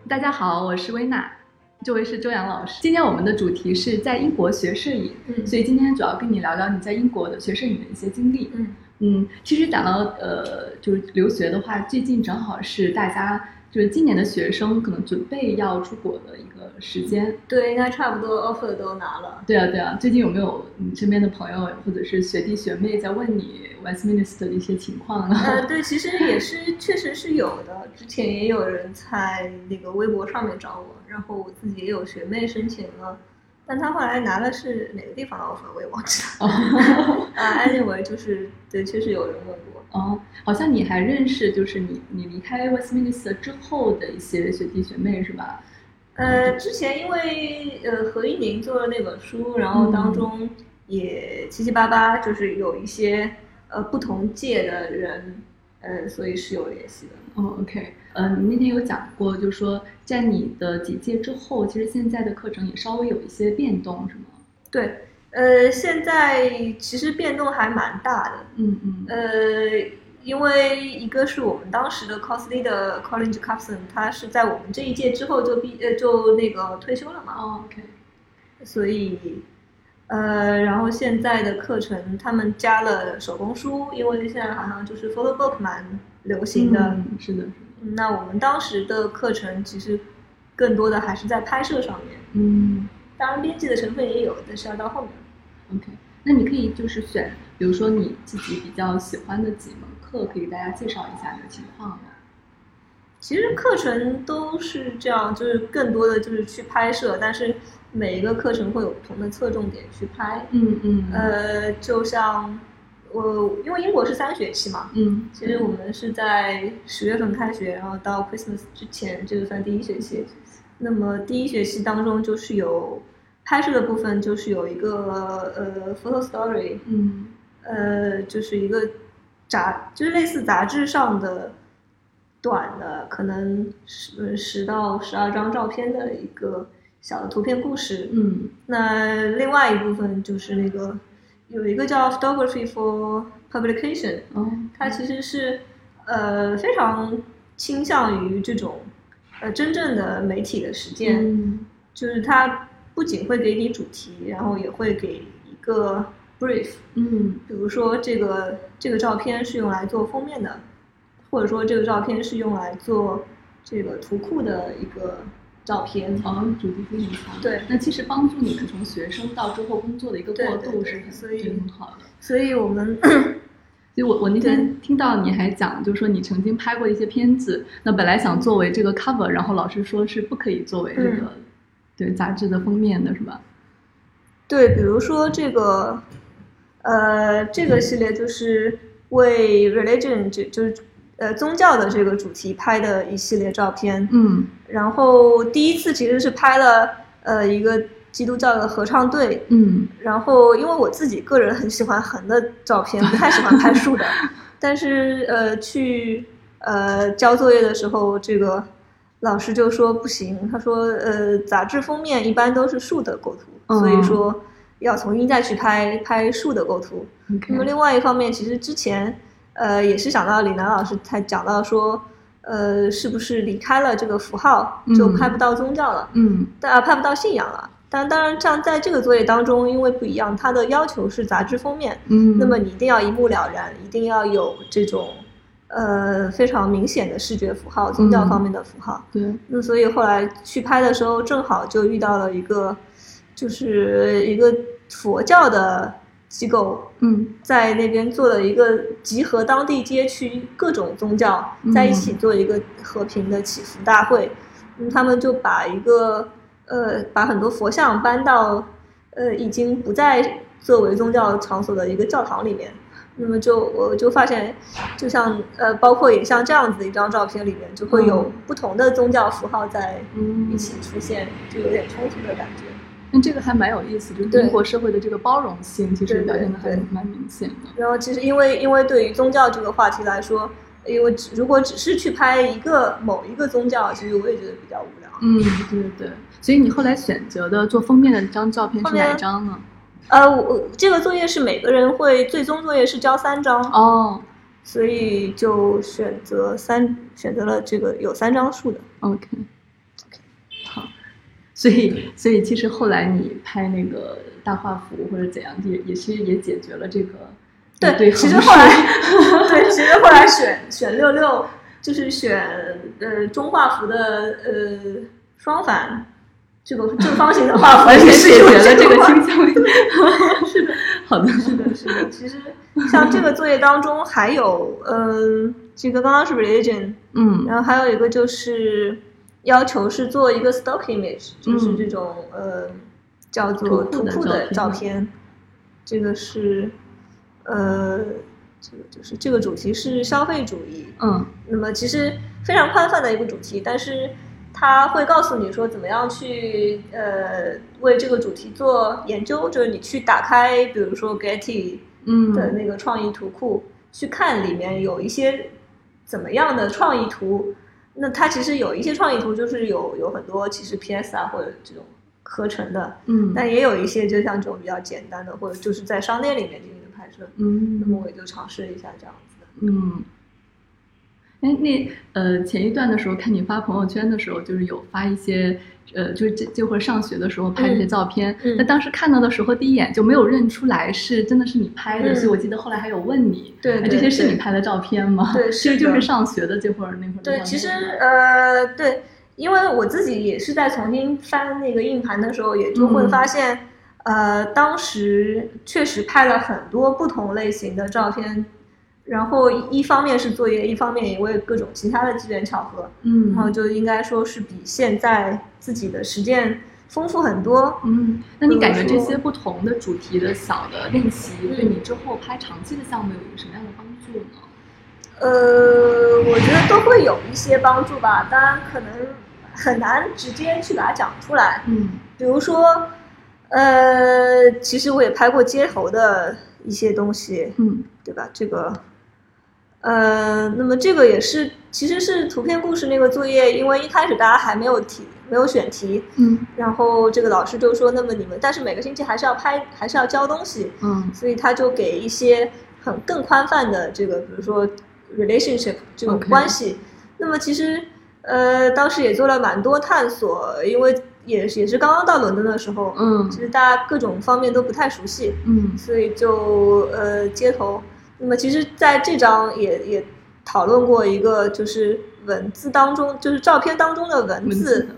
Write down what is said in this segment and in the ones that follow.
大家好，我是薇娜，这位是周洋老师。今天我们的主题是在英国学摄影，所以今天主要跟你聊聊你在英国的学摄影的一些经历。其实讲到就是留学的话，最近正好是大家就是今年的学生可能准备要出国的一个时间。 对，应该差不多 offer 都拿了。 对啊，最近有没有你身边的朋友或者是学弟学妹在问你 Westminster 的一些情况呢？ 对，其实也是，确实是有的。之前也有人在那个微博上面找我，然后我自己也有学妹申请了，但她后来拿的是哪个地方的 offer 我也忘记了。anyway 就是对，确实有人问过。 好像你还认识就是你离开 Westminster 之后的一些学弟学妹是吧？ 之前因为何一宁做了那本书，然后当中也七七八八就是有一些不同届的人，所以是有联系的。 OK， 你那天有讲过，就是说在你的几届之后，其实现在的课程也稍微有一些变动，是吗？ 对，现在其实变动还蛮大的。因为一个是我们当时的 course leader Colin Jacobson， 他是在我们这一届之后就那个退休了嘛。 OK， 所以然后现在的课程他们加了手工书，因为现在好像就是 photo book 蛮流行的。 是的。 那我们当时的课程其实更多的还是在拍摄上面。当然编辑的成分也有，但是要到后面。 OK， 那你可以就是选，比如说你自己比较喜欢的几门课，可以给大家介绍一下这个情况吗？ 其实课程都是这样，就是更多的就是去拍摄，但是每一个课程会有不同的侧重点去拍。就像因为英国是3学期嘛。其实我们是在10月份开学，然后到 Christmas 之前，这个算第1学期。那么第1学期当中就是有拍摄的部分，就是有一个photo story。就是一个就是类似杂志上的短的，可能10到12张照片的一个小的图片故事。那另外一部分就是那个有一个叫 photography for publication。它其实是非常倾向于这种真正的媒体的实践。就是它不仅会给你主题，然后也会给一个 brief。比如说这个照片是用来做封面的，或者说这个照片是用来做这个图库的一个照片。 主题非常强。 对， 那其实帮助你们从学生到之后工作的一个过渡是很好的。 所以我们所以我那天听到你还讲，就是说你曾经拍过一些片子，那本来想作为这个 cover， 然后老师说是不可以作为这个对杂志的封面的，是吧？ 对，比如说这个这个系列就是为 religion 就是宗教的这个主题拍的一系列照片。然后第一次其实是拍了一个基督教的合唱队。然后因为我自己个人很喜欢横的照片，不太喜欢拍竖的。但是去交作业的时候，这个老师就说不行，他说杂志封面一般都是竖的构图。所以说要重新再去拍竖的构图。那么另外一方面，其实之前也是想到李楠老师才讲到说是不是离开了这个符号就拍不到宗教了。拍不到信仰了。但当然像在这个作业当中，因为不一样，它的要求是杂志封面。那么你一定要一目了然，一定要有这种非常明显的视觉符号，宗教方面的符号。那所以后来去拍的时候，正好就遇到了一个佛教的机构。在那边做了一个集合当地街区各种宗教在一起做一个和平的祈福大会。他们就把很多佛像搬到已经不再作为宗教场所的一个教堂里面。那么我就发现，就像包括也像这样子的一张照片里面，就会有不同的宗教符号在一起出现，就有点冲突的感觉。 那这个还蛮有意思，就是英国社会的这个包容性其实表现的还蛮明显的。 然后其实因为对于宗教这个话题来说，因为如果只是去拍某一个宗教，其实我也觉得比较无聊。 对。所以你后来选择的做封面的这张照片是哪一张呢？ 我这个作业是每个人最终作业是交3张。所以就选择了这个有3张竖的。 OK。 所以其实后来你拍那个大画幅或者怎样，也解决了这个。 对，其实后来选66就是选中画幅的双反这个正方形的画幅， 也解决了这个倾向问题。是的，好的， 是的。其实像这个作业当中还有这个刚刚是 religion， 然后还有一个就是要求是做一个 stock image， 就是这种叫做图库的照片。这个是这个主题是消费主义。那么其实非常宽泛的一个主题，但是他会告诉你说怎么样去为这个主题做研究，就是你去打开比如说 Getty 的那个创意图库，去看里面有一些怎么样的创意图。那它其实有一些创意图就是有很多其实 PS 啊或者这种合成的，但也有一些就像这种比较简单的，或者就是在商店里面进行的拍摄。那么我也就尝试一下这样子的。 那前一段的时候看你发朋友圈的时候，就是有发一些就是这会儿上学的时候拍这些照片。那当时看到的时候，第一眼就没有认出来真的是你拍的，所以我记得后来还有问你， 对， 这些是你拍的照片吗？ 对， 其实就是上学的那会儿。 对，其实对，因为我自己也是在重新翻那个硬盘的时候，也就会发现，当时确实拍了很多不同类型的照片。然后一方面是作业，一方面也为各种其他的机缘巧合，然后就应该说是比现在自己的实践丰富很多。 那你感觉这些不同的主题的小的练习，对你之后拍长期的项目有一个什么样的帮助呢？我觉得都会有一些帮助吧，当然可能很难直接去把它讲出来。比如说，其实我也拍过街头的一些东西，对吧？这个。那么这个也是，其实是图片故事那个作业，因为一开始大家还没有选题，然后这个老师就说，那么你们但是每个星期还是要拍，还是要交东西，所以他就给一些更宽泛的这个，比如说 relationship 这种关系。那么其实当时也做了蛮多探索，因为也是刚刚到伦敦的时候，其实大家各种方面都不太熟悉，所以就街头。那么其实在这章也讨论过一个，就是文字当中，就是照片当中的文字。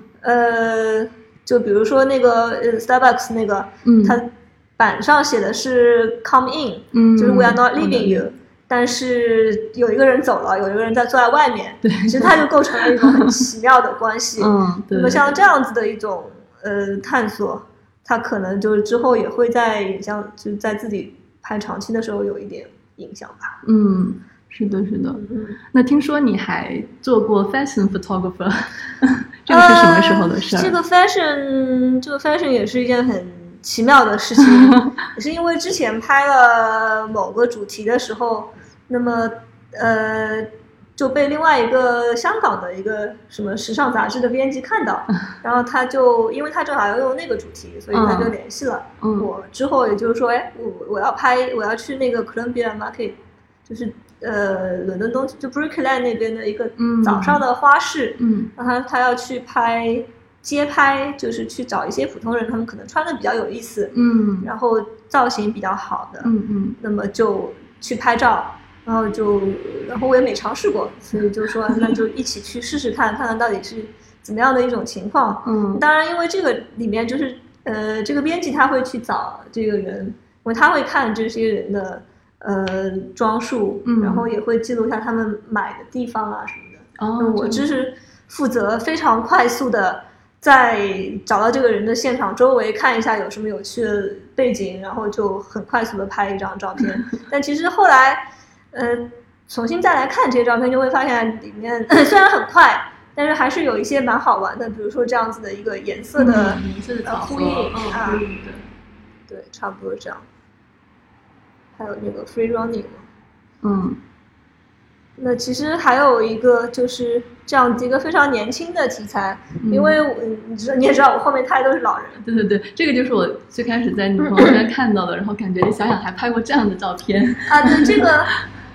就比如说那个Starbucks 那个，它板上写的是 come in，就是 we are not leaving you，但是有一个人走了，有一个人在坐在外面， 对， 其实它就构成了一种很奇妙的关系。那么像这样子的一种探索，它可能就是之后也会在影像，就是在自己拍长期的时候有一点影响吧。 是的。那听说你还做过 fashion photographer， 这个是什么时候的事儿？ 这个 fashion 也是一件很奇妙的事情，也是因为之前拍了某个主题的时候，那么就被另外一个香港的一个什么时尚杂志的编辑看到，然后他就因为他正好要用那个主题，所以他就联系了我。之后也就是说，我要去那个 Columbia Market， 就是伦敦东就 Brickland 那边的一个早上的花市，然后他要去街拍，就是去找一些普通人，他们可能穿的比较有意思，然后造型比较好的，那么就去拍照。然后我也没尝试过，所以就说那就一起去试试看到底是怎么样的一种情况。当然因为这个里面就是这个编辑他会去找这个人，因为他会看这些人的装束，然后也会记录下他们买的地方啊什么的。那我就是负责非常快速的在找到这个人的现场周围看一下有什么有趣的背景，然后就很快速的拍一张照片。但其实后来重新再来看这些照片，就会发现里面虽然很快，但是还是有一些蛮好玩的，比如说这样子的一个颜色的呼应啊，对，差不多这样。还有那个 free running， 那其实还有一个就是这样一个非常年轻的题材，因为你也知道我后面拍的都是老人。 对，这个就是我最开始在你朋友圈看到的，然后感觉想想还拍过这样的照片啊。对，这个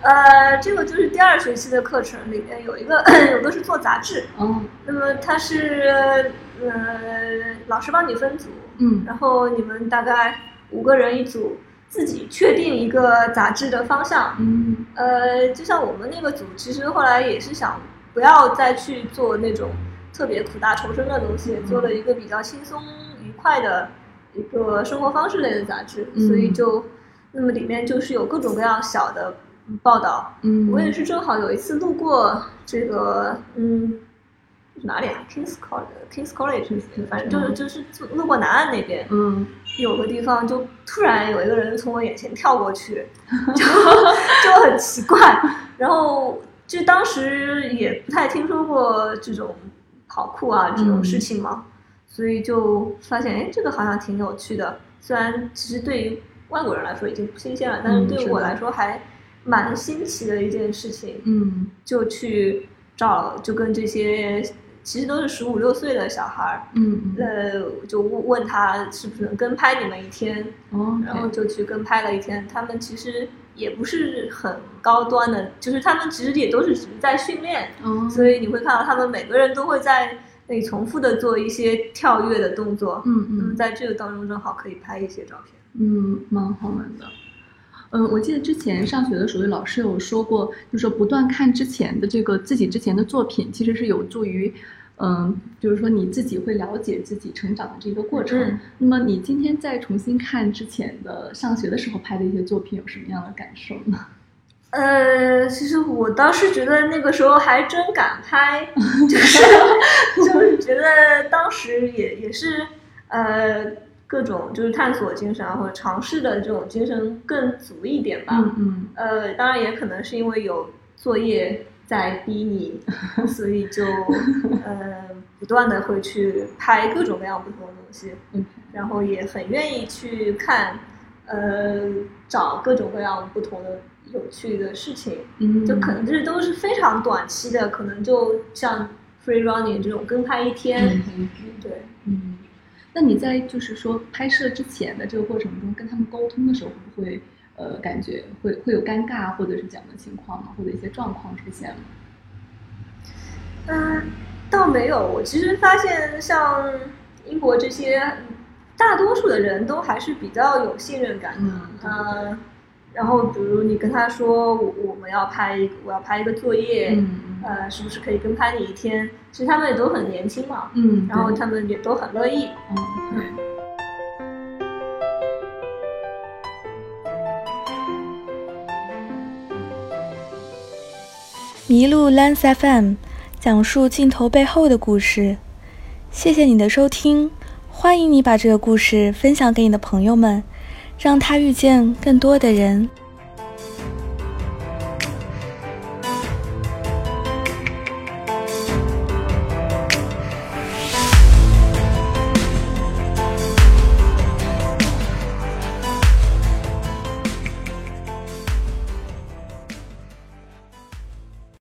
这个就是第2学期的课程里面有一个是做杂志。那么它是老师帮你分组，然后你们大概5个人一组，自己确定一个杂志的方向。就像我们那个组，其实后来也是想不要再去做那种特别苦大仇深的东西，做了一个比较轻松愉快的一个生活方式类的杂志，所以那么里面就是有各种各样小的报道。我也是正好有一次路过这个哪里啊 King's College 反正就是路过南岸那边，有个地方就突然有一个人从我眼前跳过去，就很奇怪。然后就当时也不太听说过这种跑酷啊这种事情嘛，所以就发现这个好像挺有趣的。虽然其实对于外国人来说已经不新鲜了，但是对我来说还蛮新奇的一件事情。就去找，就跟这些其实都是15、16岁的小孩，就问他是不是能跟拍你们一天，然后就去跟拍了一天。他们其实也不是很高端的，就是他们其实也都是只是在训练，所以你会看到他们每个人都会在那里重复的做一些跳跃的动作。那么在这个当中正好可以拍一些照片。 蛮好玩的。我记得之前上学的时候，老师有说过，就是说不断看之前的自己之前的作品，其实是有助于，就是说你自己会了解自己成长的这个过程。那么你今天再重新看之前的上学的时候拍的一些作品，有什么样的感受呢？ 其实我倒是觉得那个时候还真敢拍，就是觉得当时也是各种就是探索精神啊，或者尝试的这种精神更足一点吧。当然也可能是因为有作业在逼你，所以就不断的会去拍各种各样不同的东西，然后也很愿意去看，找各种各样不同的有趣的事情。就可能这都是非常短期的，可能就像 free running 这种跟拍一天。对。 那你在就是说拍摄之前的这个过程中跟他们沟通的时候，会不会感觉会有尴尬或者是这样的情况吗？或者一些状况出现吗？ 倒没有。我其实发现像英国这些大多数的人都还是比较有信任感的。然后比如你跟他说我要拍一个作业，是不是可以跟拍你一天？其实他们也都很年轻嘛，然后他们也都很乐意。 麋鹿 Lens FM 讲述镜头背后的故事。谢谢你的收听，欢迎你把这个故事分享给你的朋友们，让他遇见更多的人。